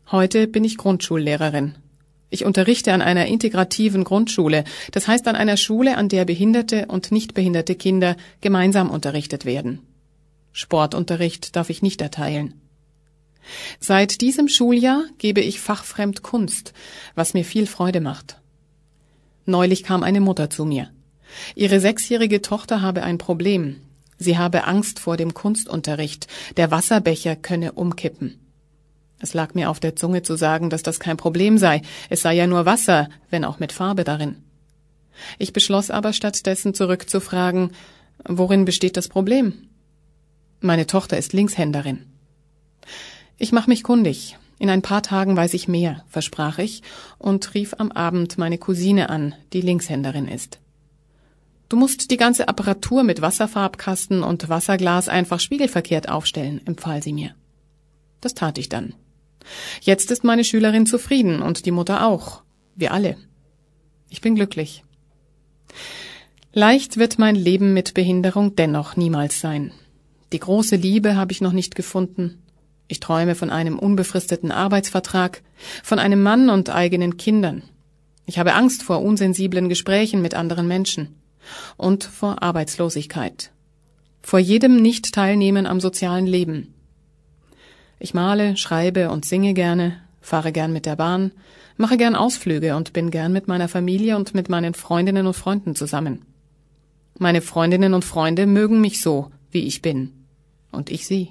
Heute bin ich Grundschullehrerin. Ich unterrichte an einer integrativen Grundschule, das heißt an einer Schule, an der behinderte und nicht behinderte Kinder gemeinsam unterrichtet werden. Sportunterricht darf ich nicht erteilen. Seit diesem Schuljahr gebe ich fachfremd Kunst, was mir viel Freude macht. Neulich kam eine Mutter zu mir. Ihre sechsjährige Tochter habe ein Problem. Sie habe Angst vor dem Kunstunterricht. Der Wasserbecher könne umkippen. Es lag mir auf der Zunge zu sagen, dass das kein Problem sei. Es sei ja nur Wasser, wenn auch mit Farbe darin. Ich beschloss aber stattdessen zurückzufragen, worin besteht das Problem? Meine Tochter ist Linkshänderin. Ich mach mich kundig. In ein paar Tagen weiß ich mehr, versprach ich und rief am Abend meine Cousine an, die Linkshänderin ist. Du musst die ganze Apparatur mit Wasserfarbkasten und Wasserglas einfach spiegelverkehrt aufstellen, empfahl sie mir. Das tat ich dann. Jetzt ist meine Schülerin zufrieden und die Mutter auch. Wir alle. Ich bin glücklich. Leicht wird mein Leben mit Behinderung dennoch niemals sein. Die große Liebe habe ich noch nicht gefunden. Ich träume von einem unbefristeten Arbeitsvertrag, von einem Mann und eigenen Kindern. Ich habe Angst vor unsensiblen Gesprächen mit anderen Menschen und vor Arbeitslosigkeit. Vor jedem Nicht-Teilnehmen am sozialen Leben. Ich male, schreibe und singe gerne, fahre gern mit der Bahn, mache gern Ausflüge und bin gern mit meiner Familie und mit meinen Freundinnen und Freunden zusammen. Meine Freundinnen und Freunde mögen mich so, wie ich bin. Und ich sie.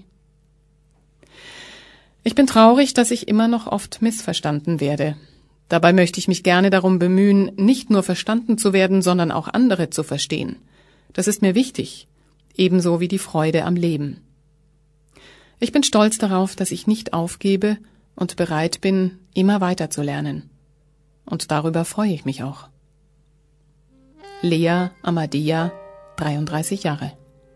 Ich bin traurig, dass ich immer noch oft missverstanden werde. Dabei möchte ich mich gerne darum bemühen, nicht nur verstanden zu werden, sondern auch andere zu verstehen. Das ist mir wichtig, ebenso wie die Freude am Leben. Ich bin stolz darauf, dass ich nicht aufgebe und bereit bin, immer weiter zu lernen. Und darüber freue ich mich auch. Lea Amadia, dreiunddreißig Jahre.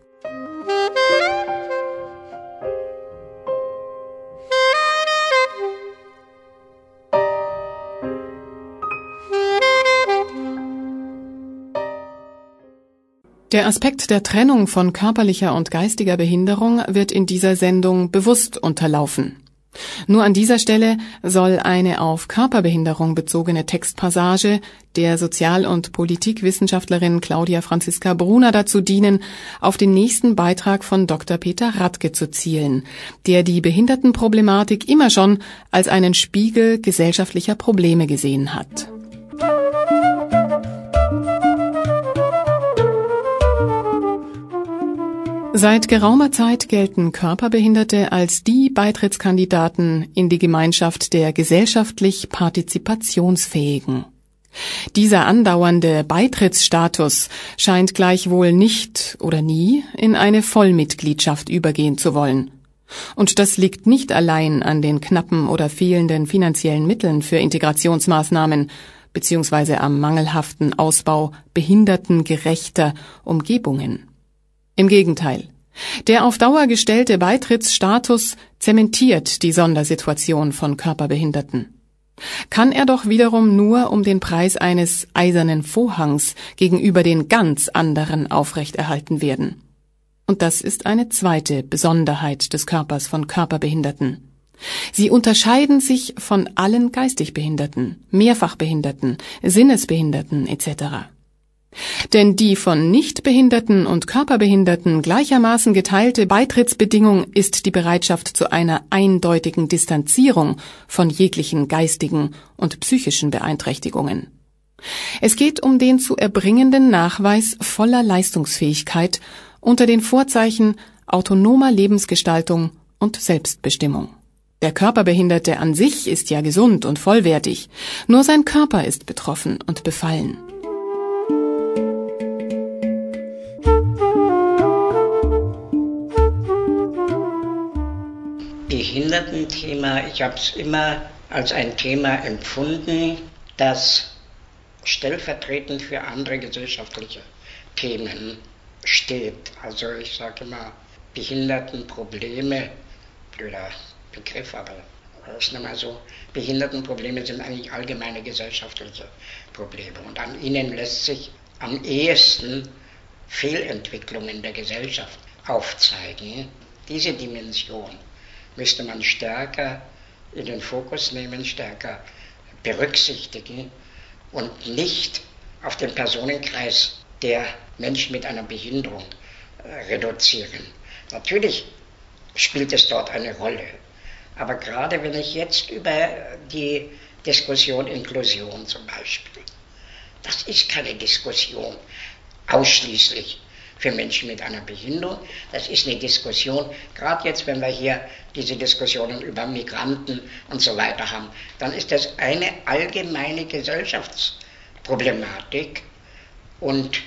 Der Aspekt der Trennung von körperlicher und geistiger Behinderung wird in dieser Sendung bewusst unterlaufen. Nur an dieser Stelle soll eine auf Körperbehinderung bezogene Textpassage der Sozial- und Politikwissenschaftlerin Claudia Franziska Brunner dazu dienen, auf den nächsten Beitrag von Doktor Peter Radke zu zielen, der die Behindertenproblematik immer schon als einen Spiegel gesellschaftlicher Probleme gesehen hat. Seit geraumer Zeit gelten Körperbehinderte als die Beitrittskandidaten in die Gemeinschaft der gesellschaftlich Partizipationsfähigen. Dieser andauernde Beitrittsstatus scheint gleichwohl nicht oder nie in eine Vollmitgliedschaft übergehen zu wollen. Und das liegt nicht allein an den knappen oder fehlenden finanziellen Mitteln für Integrationsmaßnahmen beziehungsweise am mangelhaften Ausbau behindertengerechter Umgebungen. Im Gegenteil, der auf Dauer gestellte Beitrittsstatus zementiert die Sondersituation von Körperbehinderten. Kann er doch wiederum nur um den Preis eines eisernen Vorhangs gegenüber den ganz anderen aufrechterhalten werden. Und das ist eine zweite Besonderheit des Körpers von Körperbehinderten. Sie unterscheiden sich von allen geistig Behinderten, Mehrfachbehinderten, Sinnesbehinderten et cetera. Denn die von Nichtbehinderten und Körperbehinderten gleichermaßen geteilte Beitrittsbedingung ist die Bereitschaft zu einer eindeutigen Distanzierung von jeglichen geistigen und psychischen Beeinträchtigungen. Es geht um den zu erbringenden Nachweis voller Leistungsfähigkeit unter den Vorzeichen autonomer Lebensgestaltung und Selbstbestimmung. Der Körperbehinderte an sich ist ja gesund und vollwertig, nur sein Körper ist betroffen und befallen.
Behindertenthema, ich habe es immer als ein Thema empfunden, das stellvertretend für andere gesellschaftliche Themen steht. Also ich sage immer, Behindertenprobleme, blöder Begriff, aber das ist nochmal so, Behindertenprobleme sind eigentlich allgemeine gesellschaftliche Probleme und an ihnen lässt sich am ehesten Fehlentwicklungen der Gesellschaft aufzeigen. Diese Dimension müsste man stärker in den Fokus nehmen, stärker berücksichtigen und nicht auf den Personenkreis der Menschen mit einer Behinderung äh, reduzieren. Natürlich spielt es dort eine Rolle, aber gerade wenn ich jetzt über die Diskussion Inklusion zum Beispiel, das ist keine Diskussion ausschließlich für Menschen mit einer Behinderung. Das ist eine Diskussion, gerade jetzt, wenn wir hier diese Diskussionen über Migranten und so weiter haben, dann ist das eine allgemeine Gesellschaftsproblematik. Und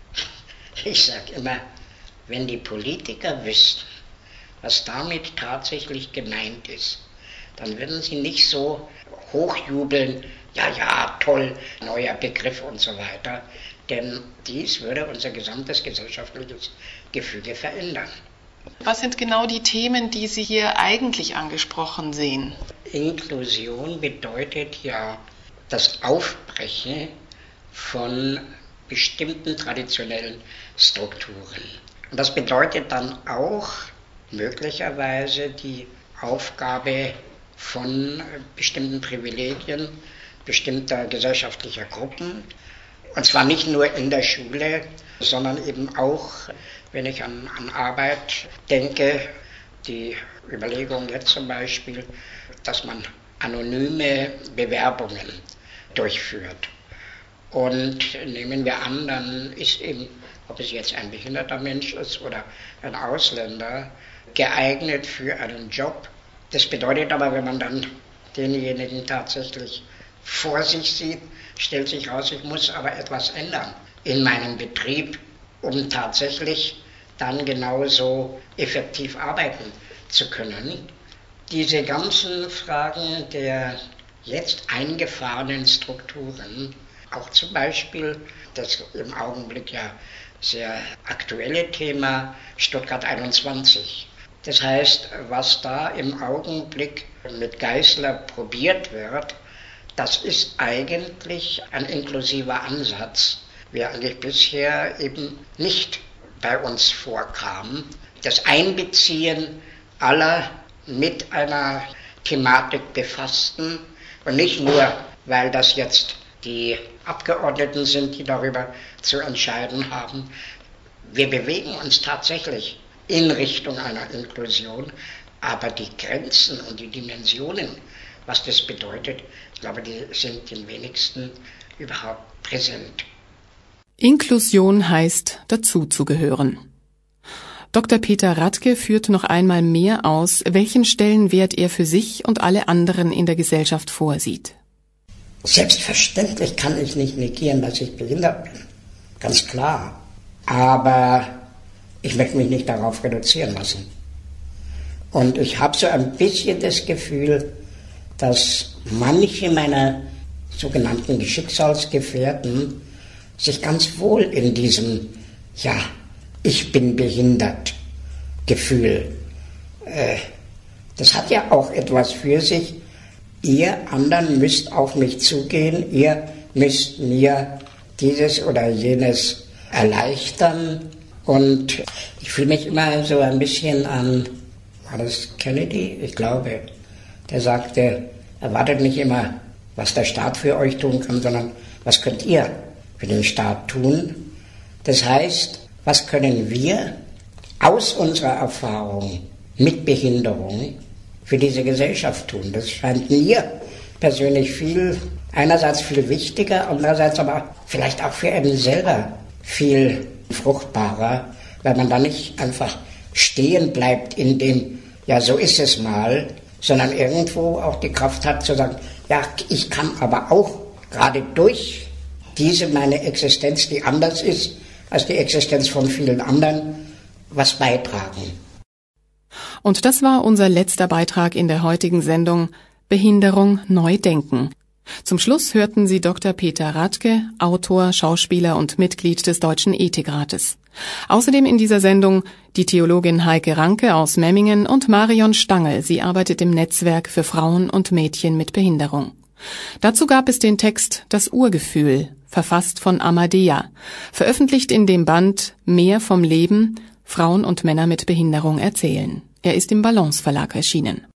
ich sage immer, wenn die Politiker wüssten, was damit tatsächlich gemeint ist, dann würden sie nicht so hochjubeln, ja, ja, toll, neuer Begriff und so weiter, denn dies würde unser gesamtes gesellschaftliches Gefüge verändern.
Was sind genau die Themen, die Sie hier eigentlich angesprochen sehen?
Inklusion bedeutet ja das Aufbrechen von bestimmten traditionellen Strukturen. Und das bedeutet dann auch möglicherweise die Aufgabe von bestimmten Privilegien, bestimmter gesellschaftlicher Gruppen. Und zwar nicht nur in der Schule, sondern eben auch, wenn ich an, an Arbeit denke, die Überlegung jetzt zum Beispiel, dass man anonyme Bewerbungen durchführt. Und nehmen wir an, dann ist eben, ob es jetzt ein behinderter Mensch ist oder ein Ausländer, geeignet für einen Job. Das bedeutet aber, wenn man dann denjenigen tatsächlich vor sich sieht, stellt sich raus, ich muss aber etwas ändern in meinem Betrieb, um tatsächlich dann genauso effektiv arbeiten zu können. Diese ganzen Fragen der jetzt eingefahrenen Strukturen, auch zum Beispiel das im Augenblick ja sehr aktuelle Thema Stuttgart einundzwanzig. Das heißt, was da im Augenblick mit Geisler probiert wird, das ist eigentlich ein inklusiver Ansatz, wie er eigentlich bisher eben nicht bei uns vorkam. Das Einbeziehen aller mit einer Thematik Befassten und nicht nur, weil das jetzt die Abgeordneten sind, die darüber zu entscheiden haben. Wir bewegen uns tatsächlich in Richtung einer Inklusion, aber die Grenzen und die Dimensionen, was das bedeutet, ich glaube, die sind den wenigsten überhaupt präsent.
Inklusion heißt, dazuzugehören. Doktor Peter Radke führt noch einmal mehr aus, welchen Stellenwert er für sich und alle anderen in der Gesellschaft vorsieht.
Selbstverständlich kann ich nicht negieren, dass ich behindert bin. Ganz klar. Aber ich möchte mich nicht darauf reduzieren lassen. Und ich habe so ein bisschen das Gefühl, dass manche meiner sogenannten Schicksalsgefährten sich ganz wohl in diesem, ja, ich bin behindert Gefühl, äh, das hat ja auch etwas für sich. Ihr anderen müsst auf mich zugehen, ihr müsst mir dieses oder jenes erleichtern. Und ich fühle mich immer so ein bisschen an, war das Kennedy? Ich glaube, der sagte, erwartet nicht immer, was der Staat für euch tun kann, sondern was könnt ihr für den Staat tun? Das heißt, was können wir aus unserer Erfahrung mit Behinderung für diese Gesellschaft tun? Das scheint mir persönlich viel, einerseits viel wichtiger, andererseits aber vielleicht auch für einen selber viel fruchtbarer, weil man da nicht einfach stehen bleibt in dem, ja, so ist es mal, sondern irgendwo auch die Kraft hat zu sagen, ja, ich kann aber auch gerade durch diese meine Existenz, die anders ist als die Existenz von vielen anderen, was beitragen.
Und das war unser letzter Beitrag in der heutigen Sendung Behinderung neu denken. Zum Schluss hörten Sie Doktor Peter Radke, Autor, Schauspieler und Mitglied des Deutschen Ethikrates. Außerdem in dieser Sendung die Theologin Heike Ranke aus Memmingen und Marion Stangl. Sie arbeitet im Netzwerk für Frauen und Mädchen mit Behinderung. Dazu gab es den Text Das Urgefühl, verfasst von Amadea, veröffentlicht in dem Band Mehr vom Leben, Frauen und Männer mit Behinderung erzählen. Er ist im Balance Verlag erschienen.